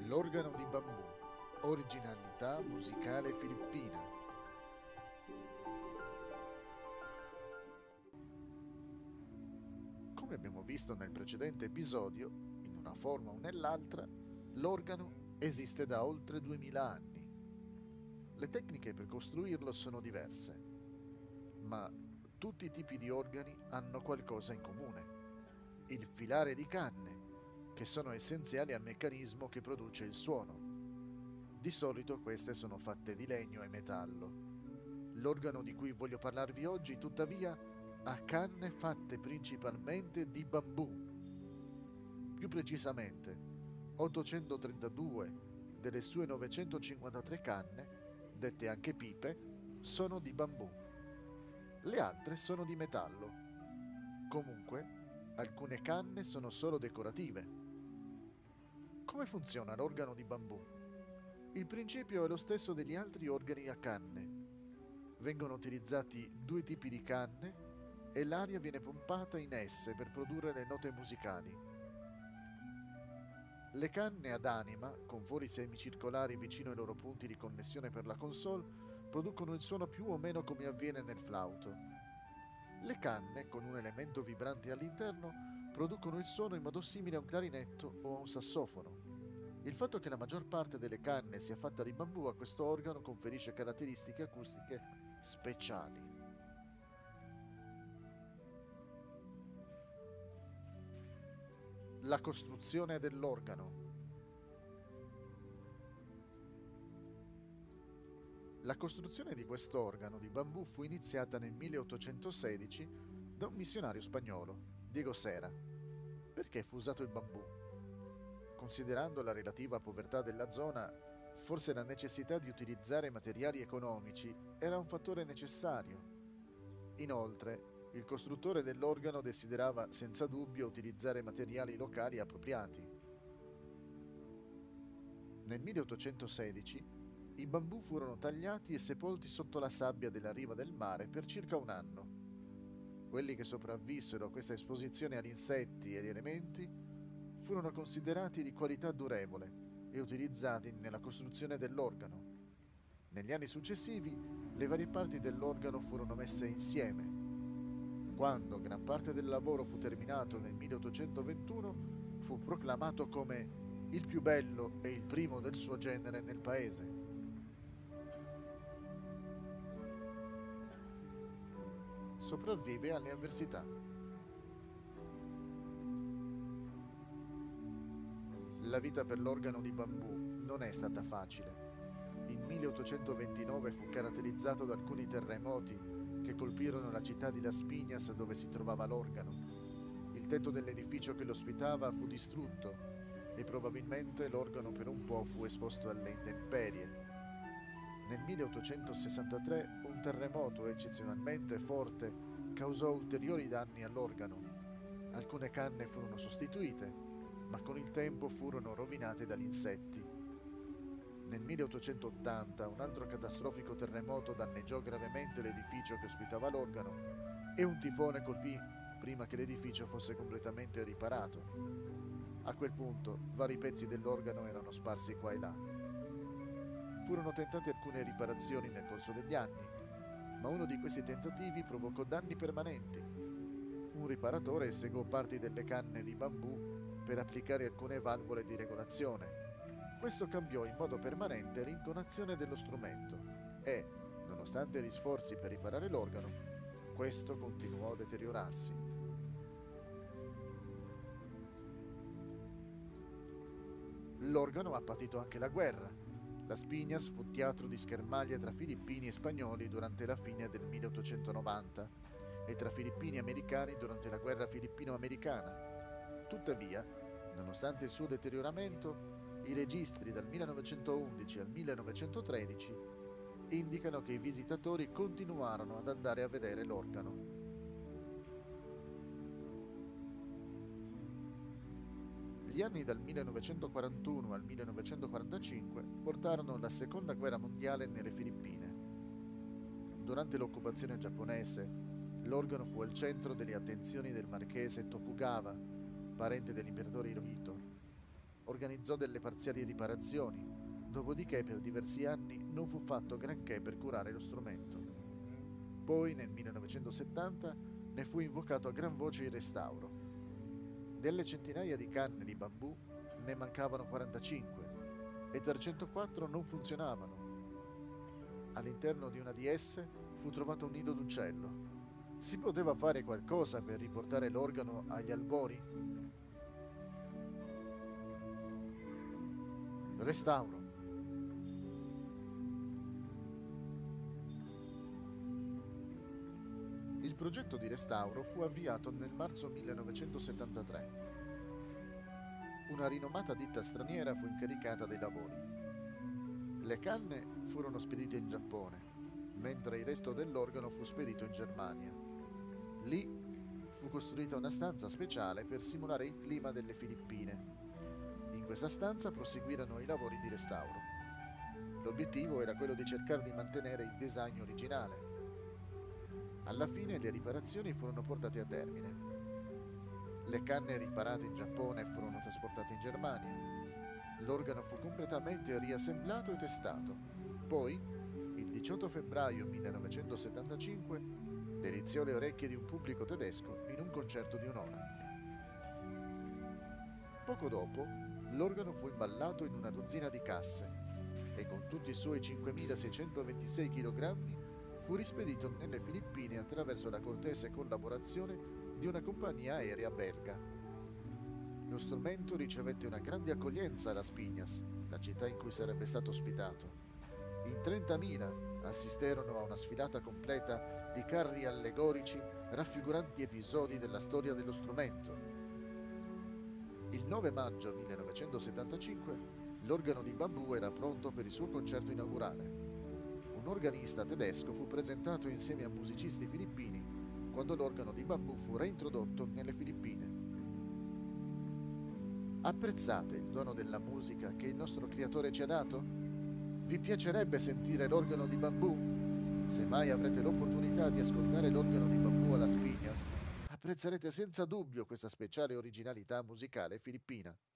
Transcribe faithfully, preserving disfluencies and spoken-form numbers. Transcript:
L'organo di bambù, originalità musicale filippina. Come abbiamo visto nel precedente episodio, in una forma o nell'altra, l'organo esiste da oltre duemila anni. Le tecniche per costruirlo sono diverse, ma tutti i tipi di organi hanno qualcosa in comune: il filare di canne, che sono essenziali al meccanismo che produce il suono. Di solito queste sono fatte di legno e metallo. L'organo di cui voglio parlarvi oggi, tuttavia, ha canne fatte principalmente di bambù. Più precisamente, ottocentotrentadue delle sue novecentocinquantatré canne, dette anche pipe, sono di bambù. Le altre sono di metallo. Comunque, alcune canne sono solo decorative. Come funziona l'organo di bambù? Il principio è lo stesso degli altri organi a canne. Vengono utilizzati due tipi di canne e l'aria viene pompata in esse per produrre le note musicali. Le canne ad anima, con fori semicircolari vicino ai loro punti di connessione per la console, producono il suono più o meno come avviene nel flauto. Le canne, con un elemento vibrante all'interno, producono il suono in modo simile a un clarinetto o a un sassofono. Il fatto che la maggior parte delle canne sia fatta di bambù a questo organo conferisce caratteristiche acustiche speciali. La costruzione dell'organo. La costruzione di questo organo di bambù fu iniziata nel milleottocentosedici da un missionario spagnolo, Diego Cera. Perché fu usato il bambù? Considerando la relativa povertà della zona, forse la necessità di utilizzare materiali economici era un fattore necessario. Inoltre, il costruttore dell'organo desiderava senza dubbio utilizzare materiali locali appropriati. Nel milleottocentosedici i bambù furono tagliati e sepolti sotto la sabbia della riva del mare per circa un anno. Quelli che sopravvissero a questa esposizione agli insetti e agli elementi furono considerati di qualità durevole e utilizzati nella costruzione dell'organo. Negli anni successivi, le varie parti dell'organo furono messe insieme. Quando gran parte del lavoro fu terminato nel milleottocentoventuno, fu proclamato come il più bello e il primo del suo genere nel paese. Sopravvive alle avversità. La vita per l'organo di bambù non è stata facile. Il milleottocentoventinove fu caratterizzato da alcuni terremoti che colpirono la città di Las Piñas dove si trovava l'organo. Il tetto dell'edificio che lo ospitava fu distrutto e probabilmente l'organo per un po' fu esposto alle intemperie. Nel milleottocentosessantatré un terremoto eccezionalmente forte causò ulteriori danni all'organo. Alcune canne furono sostituite, ma con il tempo furono rovinate dagli insetti. Nel milleottocentottanta un altro catastrofico terremoto danneggiò gravemente l'edificio che ospitava l'organo e un tifone colpì prima che l'edificio fosse completamente riparato. A quel punto vari pezzi dell'organo erano sparsi qua e là. Furono tentate alcune riparazioni nel corso degli anni, ma uno di questi tentativi provocò danni permanenti. Un riparatore segò parti delle canne di bambù per applicare alcune valvole di regolazione. Questo cambiò in modo permanente l'intonazione dello strumento e, nonostante gli sforzi per riparare l'organo, questo continuò a deteriorarsi. L'organo ha patito anche la guerra. Las Piñas fu teatro di schermaglie tra filippini e spagnoli durante la fine del milleottocentonovanta e tra filippini e americani durante la guerra filippino-americana. Tuttavia, nonostante il suo deterioramento, i registri dal millenovecentoundici al millenovecentotredici indicano che i visitatori continuarono ad andare a vedere l'organo. Gli anni dal millenovecentoquarantuno al millenovecentoquarantacinque portarono la seconda guerra mondiale nelle Filippine. Durante l'occupazione giapponese, l'organo fu al centro delle attenzioni del marchese Tokugawa, parente dell'imperatore Hirohito. organizzò delle parziali riparazioni, dopodiché per diversi anni non fu fatto granché per curare lo strumento. Poi nel millenovecentosettanta ne fu invocato a gran voce il restauro. Delle centinaia di canne di bambù ne mancavano quarantacinque e trecentoquattro non funzionavano. All'interno di una di esse fu trovato un nido d'uccello. Si poteva fare qualcosa per riportare l'organo agli albori? Restauro. Il progetto di restauro fu avviato nel marzo millenovecentosettantatré. Una rinomata ditta straniera fu incaricata dei lavori. Le canne furono spedite in Giappone, mentre il resto dell'organo fu spedito in Germania. Lì fu costruita una stanza speciale per simulare il clima delle Filippine. In questa stanza proseguirono i lavori di restauro. L'obiettivo era quello di cercare di mantenere il design originale. Alla fine le riparazioni furono portate a termine. Le canne riparate in Giappone furono trasportate in Germania. L'organo fu completamente riassemblato e testato. Poi, il diciotto febbraio millenovecentosettantacinque, deliziò le orecchie di un pubblico tedesco in un concerto di un'ora. Poco dopo, l'organo fu imballato in una dozzina di casse e con tutti i suoi cinquemilaseicentoventisei chilogrammi fu rispedito nelle Filippine attraverso la cortese collaborazione di una compagnia aerea belga. Lo strumento ricevette una grande accoglienza a Las Piñas, la città in cui sarebbe stato ospitato. In trentamila assisterono a una sfilata completa di carri allegorici raffiguranti episodi della storia dello strumento. Il nove maggio millenovecentosettantacinque l'organo di bambù era pronto per il suo concerto inaugurale. Un organista tedesco fu presentato insieme a musicisti filippini quando l'organo di bambù fu reintrodotto nelle Filippine. Apprezzate il dono della musica che il nostro creatore ci ha dato? Vi piacerebbe sentire l'organo di bambù? Se mai avrete l'opportunità di ascoltare l'organo di bambù a Las Piñas, apprezzerete senza dubbio questa speciale originalità musicale filippina.